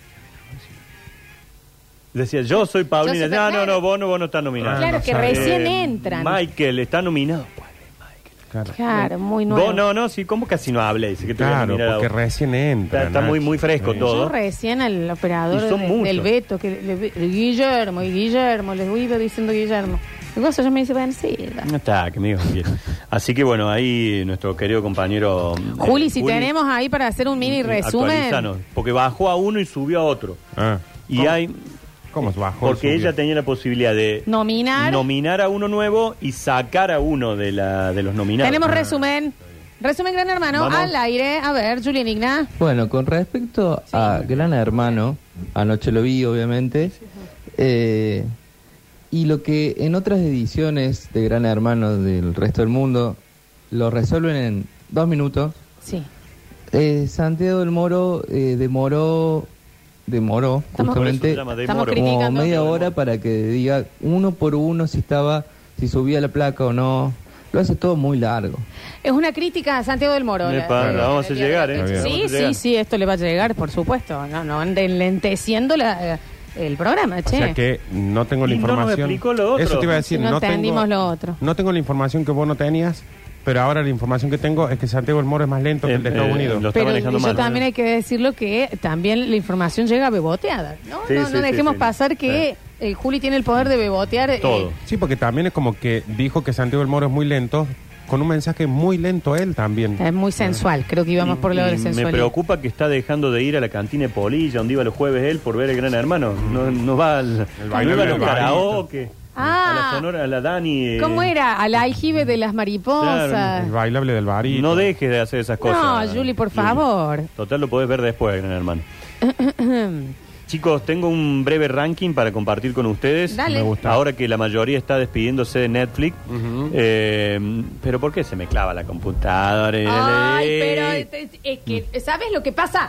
Decía, yo soy Paulina. Yo soy- no, no, claro. no, vos no, vos no estás nominada. Claro, no que sabe. recién Eh, entran. Michael, ¿está nominado? ¿Cuál es Michael? Claro, Claro, muy nuevo. Vos no, no, sí, ¿cómo casi no hablé? Dice que te voy a Claro, nominar a porque vos. recién entra. Está- está muy- Nachi. muy fresco Sí. todo. Yo recién al operador Y son de- muchos. del Beto, que le- Guillermo y Guillermo, les iba diciendo Guillermo. Y vos yo me dice, bueno, sí. va. No está, que me digas bien. Así que bueno, ahí nuestro querido compañero... eh, Juli, si tenemos ahí para hacer un mini resumen. actualizanos, porque bajó a uno y subió a otro. Ah, Y ¿cómo? hay... ¿Cómo se bajó? Porque subió? ella tenía la posibilidad de Nominar. nominar a uno nuevo y sacar a uno de, la, de los nominados. Tenemos resumen. Resumen, Gran Hermano, Vamos. al aire. A ver, Julián Igna. Bueno, con respecto a Gran Hermano, anoche lo vi, obviamente, eh, y lo que en otras ediciones de Gran Hermano del resto del mundo lo resuelven en dos minutos, Sí. eh, Santiago del Moro eh, demoró, demoró Estamos- justamente Por eso se llama Estamos demora. como criticando. media hora para que diga uno por uno si estaba, si subía la placa o no. Lo hace todo muy largo. Es una crítica a Santiago del Moro. Me pa- la vamos a hacer llegar, ¿eh? Está bien. Sí, Vamos a sí, llegar. sí, esto le va a llegar, por supuesto. No, no anden lenteciendo la, el programa, O che. sea que no tengo la Y no nos información. explicó lo otro. Eso te iba a decir. No no entendimos tengo, lo otro. No tengo la información que vos no tenías, pero ahora la información que tengo es que Santiago del Moro es más lento que el de Eh, Estados eh, Unidos. lo está Pero manejando yo mal. también hay que decirlo que también la información llega beboteada. No, Sí, no, sí, no sí, dejemos sí. pasar que eh, Juli tiene el poder de bebotear. eh, Todo. Sí, porque también es como que dijo que Santiago del Moro es muy lento, con un mensaje muy lento él también. es muy sensual, creo que íbamos por lo de Y me sensualidad. preocupa que está dejando de ir a la cantina de Polilla, donde iba los jueves él, por ver el Gran Hermano. No, no va al, no baile iba a del los barito. karaoke. Ah. A la Sonora, a la Dani. eh, ¿Cómo era? Al aljibe de las mariposas. Claro, El bailable del barito. No dejes de hacer esas cosas. No, Juli, por favor. Total, lo podés ver después, Gran Hermano. Chicos, tengo un breve ranking para compartir con ustedes. Dale. Me gusta. Ahora que la mayoría está despidiéndose de Netflix. Ujú. eh, pero ¿por qué se me clava la computadora? Ay, Eh, pero es, es que, ¿sabes lo que pasa?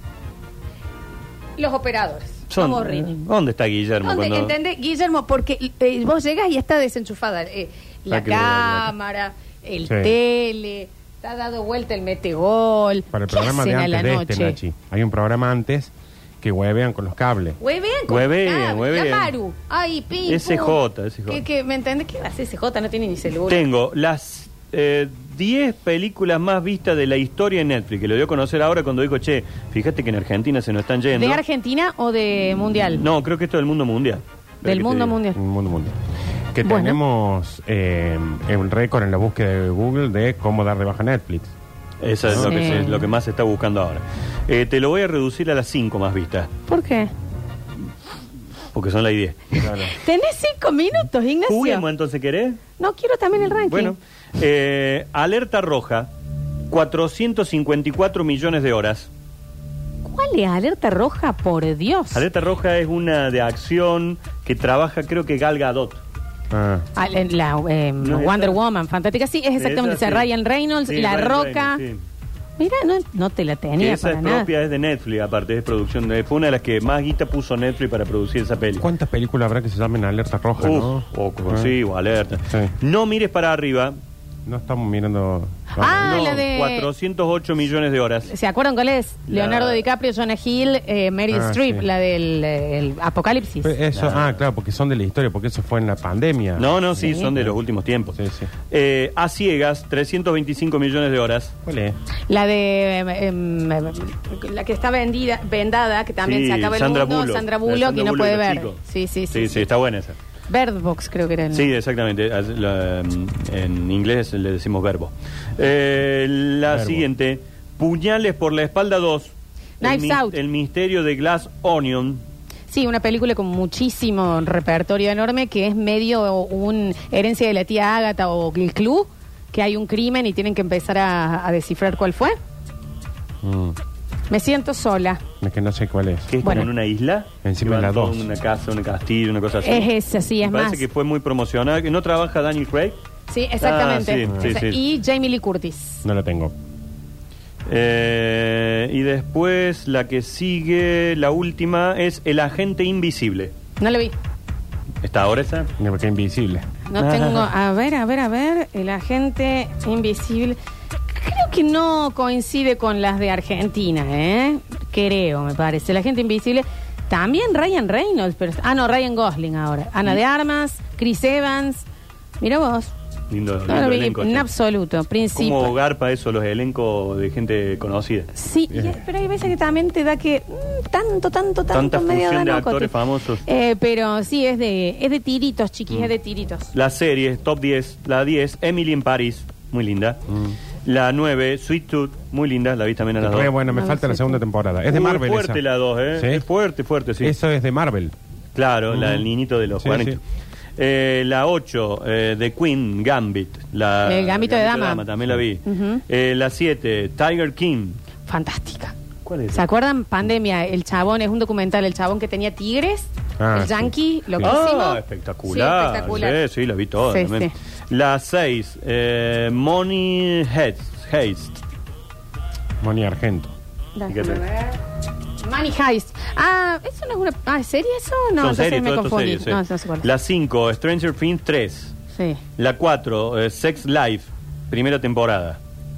Los operadores. son- Somos horribles. ¿Dónde está Guillermo? ¿Dónde? cuando- ¿Entendés, Guillermo? Porque eh, vos llegas y está desenchufada eh, la Ah, qué bueno, cámara, el Sí. tele, está dado vuelta el metegol. Para el ¿Qué programa de hacen a antes la de noche? este, Nachi. Hay un programa antes que huevean con los cables. Huevean con Huevean, cable, huevean. la Maru. Ay, pim, S J, pum. S J. ¿Qué, qué, ¿Me entendés? ¿Qué va a hacer S J? No tiene ni celular. Tengo las eh, diez películas más vistas de la historia en Netflix, que lo dio a conocer ahora cuando dijo, che, fíjate que en Argentina se nos están yendo. ¿De Argentina o de Mundial? No, creo que esto es del mundo mundial. Del Espera que te mundo digo. mundial. Un mundo mundial. Que Bueno. tenemos eh, un récord en la búsqueda de Google de cómo dar de baja Netflix. Eso es Sí. lo, que se- lo que más se está buscando ahora. Eh, te lo voy a reducir a las cinco más vistas. ¿Por qué? Porque son las diez. Claro. Tenés cinco minutos, Ignacio. Juguemos entonces, ¿querés? No quiero también el ranking. Bueno, eh, alerta roja, cuatrocientos cincuenta y cuatro millones de horas. ¿Cuál es alerta roja? Por Dios. Alerta roja es una de acción que trabaja, creo que Gal Gadot. Ah. Ah, la, la, eh, ¿No es Wonder esa? Woman, fantástica. Sí, es exactamente Esa, esa. sí. Ryan Reynolds, Sí, La Ryan Roca. Reynolds, sí. Mira, no, no te la Que tenía esa para es nada. propia, es de Netflix, aparte, es producción. de- Fue una de las que más guita puso Netflix para producir esa peli. ¿Cuántas películas habrá que se llamen Alerta Roja, Uf, no? o, Ah. sí, o alerta. Sí. No mires para arriba. No estamos mirando... Ah, no, la de- cuatrocientos ocho millones de horas. ¿Se acuerdan cuál es? La- Leonardo DiCaprio, Jonah Hill, eh, Meryl Ah, Streep, sí. la del eh, el Apocalipsis. Pues eso, ah, claro, porque son de la historia, porque eso fue en la pandemia. No, no, sí, Sí. son de los últimos tiempos. Sí, sí. Eh, a ciegas, trescientos veinticinco millones de horas. ¿Cuál es? La de eh, em, eh, la que está vendida, vendada, que también Sí, se acaba el Sandra mundo, Bullock. Sandra La Bullock, Sandra y no Bullock puede y los ver. chicos. Sí, sí, sí, Sí, sí, está buena esa. Bird Box creo que era el Sí, exactamente. La- En inglés le decimos verbo. Eh, la Verbo. siguiente, Puñales por la espalda dos. Knives el, Out. El misterio de Glass Onion. Sí, una película con muchísimo repertorio enorme que es medio un herencia de la tía Ágata o el club, que hay un crimen y tienen que empezar a, a descifrar cuál fue. Mm, Me siento sola. es que no sé cuál es. Que es Bueno. como en una isla. Encima que de la van todos dos. en una casa, un castillo, una cosa así. Es esa, sí, Me es parece más. que fue muy promocionada. Que no trabaja Daniel Craig. Sí, exactamente. Ah, sí, sí, Esa- sí. Y Jamie Lee Curtis. No la tengo. Eh, y después la que sigue, la última, es El agente invisible. No lo vi. ¿Está ahora esa? Me porque invisible. No tengo. A ver, a ver, a ver. El agente invisible. Creo que no coincide con las de Argentina, ¿eh? Creo, me parece. El agente invisible. También Ryan Reynolds. Pero, ah, no, Ryan Gosling ahora. Ana de Armas, Chris Evans. Mira vos. Lindo, No lo lindo vi elenco, en che. absoluto. ¿Cómo Principio. garpa eso, los elencos de gente conocida? Sí, y- pero hay veces que también te da que mm, tanto, tanto, tanto Tanta medio fusión de danocote. actores famosos. Eh, pero sí, es de, es de tiritos, chiquis, es de tiritos. La serie, top diez. La diez, Emily en París, muy linda. La nueve, Sweet Tooth, muy linda, la vi también a las Re dos. buena, me No, falta la sí, segunda sí. temporada. Es de Muy Marvel fuerte esa. la dos, ¿eh? ¿Sí? Es fuerte, fuerte, sí. Eso es de Marvel. Claro, la Mm. del niñito de los Sí, cuarenta. sí. Eh, la ocho, eh, The Queen, Gambit. La, El Gambito de Dama. También la vi. Ujú. Eh, la siete, Tiger King. Fantástica. ¿Cuál es? ¿Se acuerdan? Pandemia, el chabón, es un documental, el chabón que tenía tigres, Ah, el sí. yankee, loquísimo. Ah, espectacular. Sí, espectacular. Sí, sí, la vi toda Sí, también. sí. La seis, eh, Money Heist. Haste. Moni Argento. Déjame Fíjate. ver. Money Heist. Ah, ¿eso no es una... Ah, ¿es serie eso? No, Son entonces series, me todo esto confundí. series, sí. No, no sé cuál es. La cinco, Stranger Things tres. Sí. La cuatro, eh, Sex Life, primera temporada.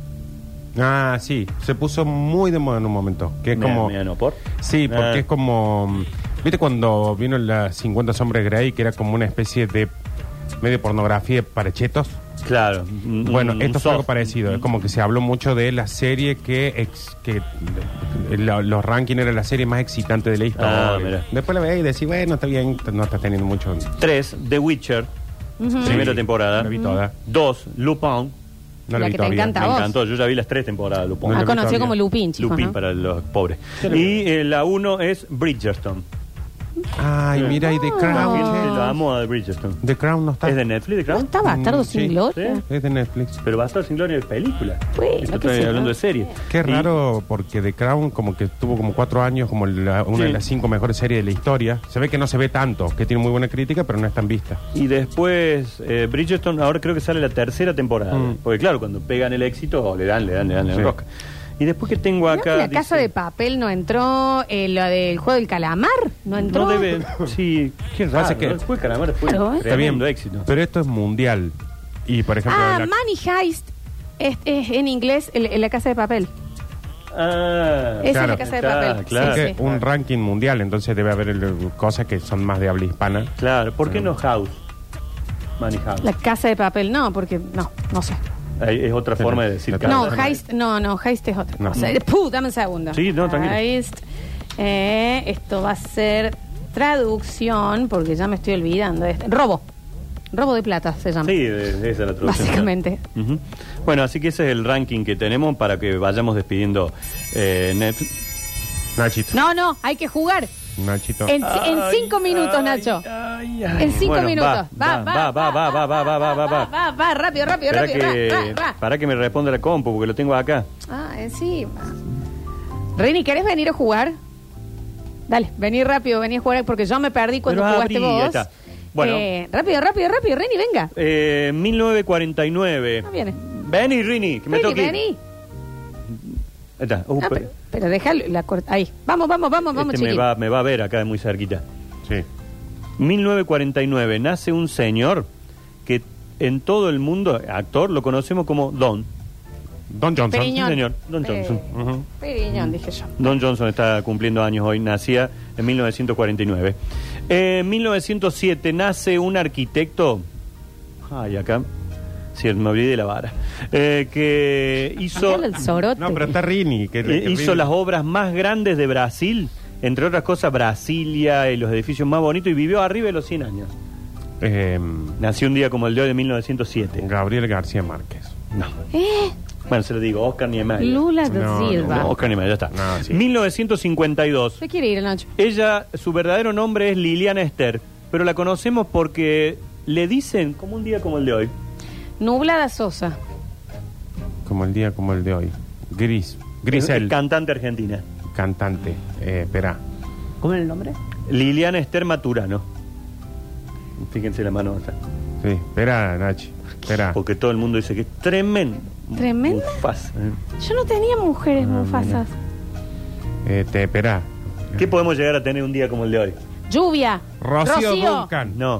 Ah, sí. Se puso muy de moda en un momento. Que es Mira, como... mira, no, por. Sí, porque Ah. es como... ¿Viste cuando vino las cincuenta sombras de Grey? Que era como una especie de medio pornografía para chetos. Claro. un- Bueno, un esto fue algo soft. parecido. Es como que se habló mucho de la serie que, ex- que eh, la- los rankings era la serie más excitante de la historia. Ah, mira. Después la veis y decís, bueno, está bien, no estás teniendo mucho. Tres, The Witcher, primera Sí, temporada. La vi toda. Dos, Lupin. No la, La vi que te todavía. encanta. Me vos. encantó, yo ya vi las tres temporadas de Lupin. No Ah, la vi conocido todavía. como Lupin, chicos, Lupin ¿no? para los pobres. Y eh, la uno es Bridgerton. Ay, mira, y The La Crown. gente che. lo amo a Bridgerton. The Crown no está. ¿Es de Netflix, The ¿No Crown? está Bastardo Mm, sin sí. Gloria? Sí. Es de Netflix. Pero Bastardo sin Gloria es película. Bueno, Esto qué estoy sé yo. hablando de serie. Qué Y- raro, porque The Crown como que tuvo como cuatro años como la- una Sí. de las cinco mejores series de la historia. Se ve que no se ve tanto, que tiene muy buena crítica, pero no es tan vista. Y después, eh, Bridgerton, ahora creo que sale la tercera temporada. Mm. Porque claro, cuando pegan el éxito, le dan, le dan, le dan, le dan Sí. rosca. Y después que tengo Creo acá... que la casa dice- de papel no entró, eh, la del juego del calamar no entró. No debe... Sí, qué raro. Pasa que- ¿no? Fue Calamar, fue Claro, ¿eh? Está bien, tremendo éxito. pero esto es mundial. Y por ejemplo, Ah, la- Money Heist es, es en inglés el- en la casa de papel. Ah, Esa Claro. es la casa de Está, papel. claro. Sí, que sí. un ranking mundial, entonces debe haber el- cosas que son más de habla hispana. Claro, ¿por qué no House? Money House. La casa de papel, no, porque no, no sé. Ahí es otra Sí, forma no. de decir No, casa. No, Heist, no, no, Heist es otra No. cosa. Puh, dame un segundo. Sí, no, tranquilo. Heist. Eh, esto va a ser traducción, porque ya me estoy olvidando. de este. Robo. Robo de plata se llama. Sí, de- de esa es la traducción. Básicamente. Ujú. Bueno, así que ese es el ranking que tenemos para que vayamos despidiendo eh, Netflix. Nachito. No, no, hay que jugar. Nachito. En, en cinco minutos, Ay, Nacho. ay, ay. En cinco Bueno, minutos. Va, va, va, va, va, va, va, va, va, va. Va, va, rápido, rápido, Espera rápido. que, va, va, va. para que me responda la compu, porque lo tengo acá. Ah, encima. Rini, ¿querés venir a jugar? Dale, vení rápido, vení a jugar porque yo me perdí cuando Pero jugaste abrí, vos. ahí está. Bueno. Eh, rápido, rápido, rápido, Rini, venga. Eh, mil novecientos cuarenta y nueve. No viene. Vení, Rini, que me Rini, toque. ir. vení. Ahí está. Uh, Ah, pe- pero, pero déjalo la corta. Ahí. Vamos, vamos, vamos, vamos, este me chiquito. va, me va a ver acá muy cerquita. Sí. mil novecientos cuarenta y nueve nace un señor que en todo el mundo, actor, lo conocemos como Don. Don Johnson. Periñón. Sí, señor, Don Eh, Johnson. Ujú. Periñón, dije yo. Don Johnson está cumpliendo años hoy, nacía en mil novecientos cuarenta y nueve. Eh, en mil novecientos siete nace un arquitecto, ay, acá, sí, me olvidé de la vara, eh, que hizo, Háblale al sorote. No, pero está Rini. Que, eh, que hizo Rini- las obras más grandes de Brasil, entre otras cosas Brasilia y los edificios más bonitos, y vivió arriba de los cien años. Eh, Nació un día como el de hoy de mil novecientos siete. Gabriel García Márquez. No. Eh, Bueno, se lo digo, Oscar Niemeyer. Lula da No, Silva. No, Oscar Niemeyer, ya está. No, sí. mil novecientos cincuenta y dos. Se quiere ir, Nacho. Ella, su verdadero nombre es Liliana Esther, pero la conocemos porque le dicen como un día como el de hoy. Nublada Sosa. Como el día como el de hoy. Gris. Es Grisel. cantante argentina. Cantante. Eh, espera. ¿Cómo es el nombre? Liliana Esther Maturano. Fíjense la mano acá. Sí, espera, Nachi. Espera. Porque todo el mundo dice que es tremendo. ¿Tremenda? Mufasa, ¿eh? Yo no tenía mujeres Ah, mufasas. Eh, te espera. ¿Qué podemos llegar a tener un día como el de hoy? Lluvia. Rocío, Rocío. Duncan. No.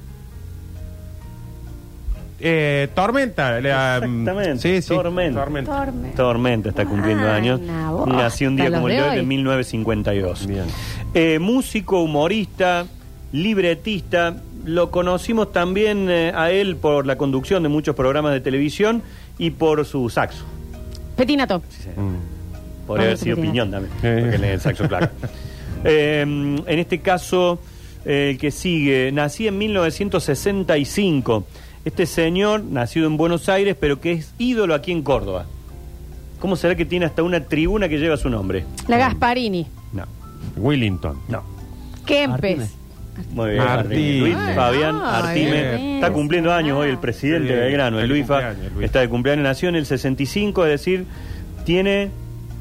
Eh, Tormenta. la, Exactamente. Sí, sí. Tormenta. Tormenta. Torme. Tormenta está cumpliendo Ah, años. na, vos. Nació un día Hasta como los el de de hoy de hoy. mil novecientos cincuenta y dos. Bien. Eh, músico, humorista, libretista. Lo conocimos también eh, a él por la conducción de muchos programas de televisión y por su saxo. Petinato. Mm. Podría haber Vamos, sido Petina. piñón también, Eh. porque él es el saxo, claro. Eh, en este caso, eh, el que sigue, nací en mil novecientos sesenta y cinco. Este señor, nacido en Buenos Aires, pero que es ídolo aquí en Córdoba. ¿Cómo será que tiene hasta una tribuna que lleva su nombre? La Gasparini. No, Willington. no. Kempes. Muy bien, Martín. Martín. Luis Ay, Fabián ay, Artime. bien. Está cumpliendo años hoy el presidente Sí, de Belgrano, está el de Luis Fa- cumpleaños, el Luis. está de cumpleaños, nació en el sesenta y cinco, es decir, tiene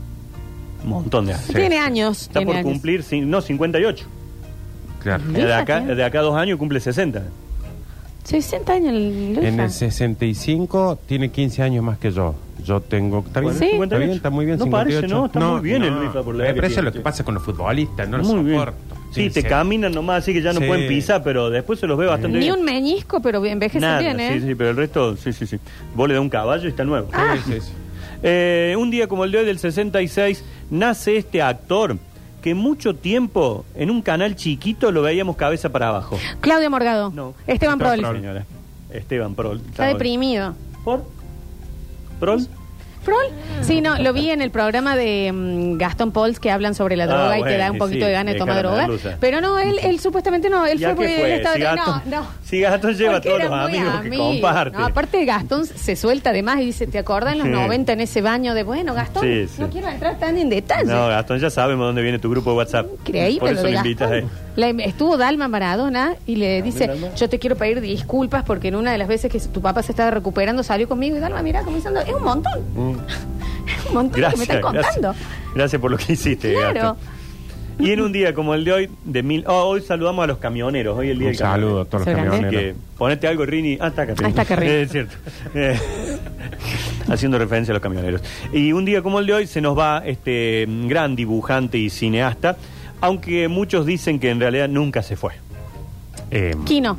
un montón de años. Tiene años. Está tiene por años. cumplir, cin- no, cincuenta y ocho. Claro. Luis De acá, tiene- de acá a dos años cumple sesenta. sesenta años el Luis En Fa. el sesenta y cinco tiene quince años más que yo. Yo tengo. ¿Está bien? Sí. ¿Está bien? ¿Está muy bien? No cincuenta y parece, ocho. no, está muy bien el Luis Fa por la edad Eh, que Pero eso es tiene, lo que sí. pasa con los futbolistas. No lo Muy bien. soporto. Sí, En te serio. caminan nomás, así que ya no Sí. pueden pisar, pero después se los ve bastante Ni bien. un meñisco, pero envejece Nada, bien, ¿eh? sí, sí, pero el resto, sí, sí, sí. Vos le das un caballo y está nuevo. Ah. Sí, sí, sí. Eh, un día como el de hoy del sesenta y seis nace este actor que mucho tiempo en un canal chiquito lo veíamos cabeza para abajo. Claudio Morgado. No. Esteban Esteban Prol. Prol. Señora. Esteban Prol. Está deprimido. ¿Por? ¿Prol? ¿Prol? Sí, no, lo vi en el programa de mm, Gastón Pauls que hablan sobre la Ah, droga y te bueno, da un y poquito sí, de ganas de tomar déjala droga. merluza. Pero no, él, él supuestamente no, él ¿Ya fue qué porque fue? él estaba Si de- Gastón- no, no. si Gastón lleva Porque todos era los muy amigos que amigo. comparte. No, aparte Gastón se suelta además y dice, ¿te acordás en los Sí. noventa en ese baño de, bueno, Gastón, Sí, sí. no quiero entrar tan en detalle? No, Gastón, ya sabemos dónde viene tu grupo de WhatsApp. Increíble Por lo eso de le invitas Gastón. ahí. La- estuvo Dalma Maradona y le dice, Dalma? yo te quiero pedir disculpas porque en una de las veces que tu papá se estaba recuperando salió conmigo y Dalma, mira, como diciendo, es un montón. Mm. Es un montón Gracias, que me están contando. gracias. Gracias por lo que hiciste, Claro. Gastón. Y en un día como el de hoy, de mil, oh, hoy saludamos a los camioneros, hoy el día Un del camionero. saludo a todos los Soy grande. camioneros. Que ponete algo, Rini. Ah, está acá. Ah, está acá, Rini. Eh, Es cierto. Eh, haciendo referencia a los camioneros. Y un día como el de hoy se nos va este gran dibujante y cineasta, aunque muchos dicen que en realidad nunca se fue. Eh, Kino.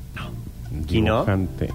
Kino. Dibujante.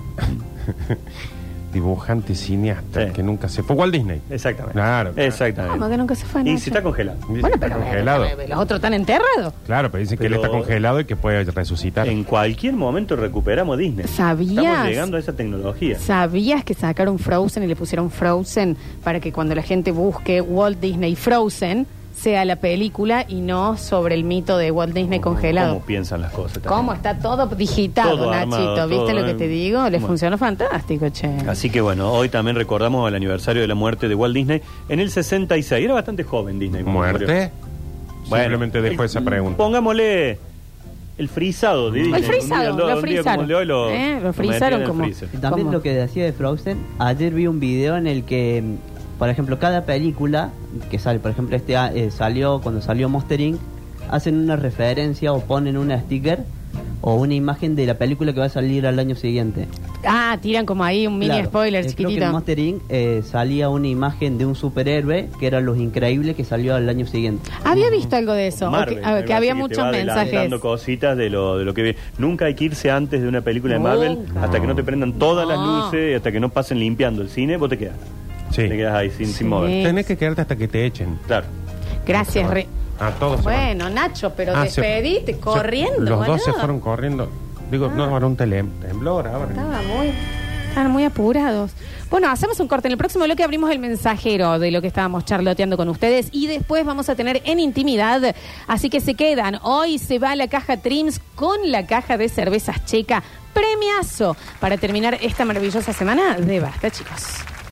Dibujante cineasta Sí. que nunca se fue. Walt Disney. Exactamente. Claro, claro. Exactamente. ¿Cómo que nunca se fue? Y Nacho? si está congelado. Dice Bueno, que está pero congelado. eh, los otros están enterrados. Claro, pero dicen que él Pero- está congelado y que puede resucitar. En cualquier momento recuperamos Disney. ¿Sabías? Estamos llegando a esa tecnología. ¿Sabías que sacaron Frozen y le pusieron Frozen para que cuando la gente busque Walt Disney Frozen sea la película y no sobre el mito de Walt Disney congelado? ¿Cómo piensan las cosas? también? ¿Cómo está todo digitado, Todo Nachito? armado, ¿Viste todo, lo que eh. te digo? Le Bueno. funcionó fantástico, che. Así que bueno, hoy también recordamos el aniversario de la muerte de Walt Disney en el sesenta y seis. Era bastante joven Disney. cuando murió. ¿Muerte? Bueno, Simplemente dejo el- esa pregunta. Pongámosle el frisado de Disney. El frisado, Un día- lo un día como el de hoy lo, frisaron. ¿eh? Lo lo frisaron metían en el como... freezer. Y también como- lo que decía de Frozen, ayer vi un video en el que, mm, por ejemplo, cada película que sale, por ejemplo, este a- eh, salió cuando salió Monster incorporated, hacen una referencia o ponen una sticker o una imagen de la película que va a salir al año siguiente. Ah, tiran como ahí un mini Claro, spoiler eh, Creo que chiquitito. en Monster incorporated eh, salía una imagen de un superhéroe que era Los Increíbles, que salió al año siguiente. Había visto algo de eso, o Marvel, que, me a ver, que parece había te muchos va mensajes. adelantando cositas de lo, de lo que viene. Nunca hay que irse antes de una película de Marvel Nunca. hasta que no te prendan todas las No. luces y hasta que no pasen limpiando el cine, vos te quedas. Sí. Te quedas ahí sin, Sí. sin mover. Tenés que quedarte hasta que te echen. Claro. Gracias, Re- A todos. se van. Bueno, Nacho, pero Ah, se- despedite se- corriendo. Los dos se boludo. fueron corriendo. Digo, no, ahora un tele- temblor ahora. Estaba muy, estaban muy apurados. Bueno, hacemos un corte. En el próximo bloque abrimos el mensajero de lo que estábamos charloteando con ustedes y después vamos a tener en intimidad. Así que se quedan. Hoy se va la caja Trims con la caja de cervezas Checa. Premiazo para terminar esta maravillosa semana de Basta, chicos.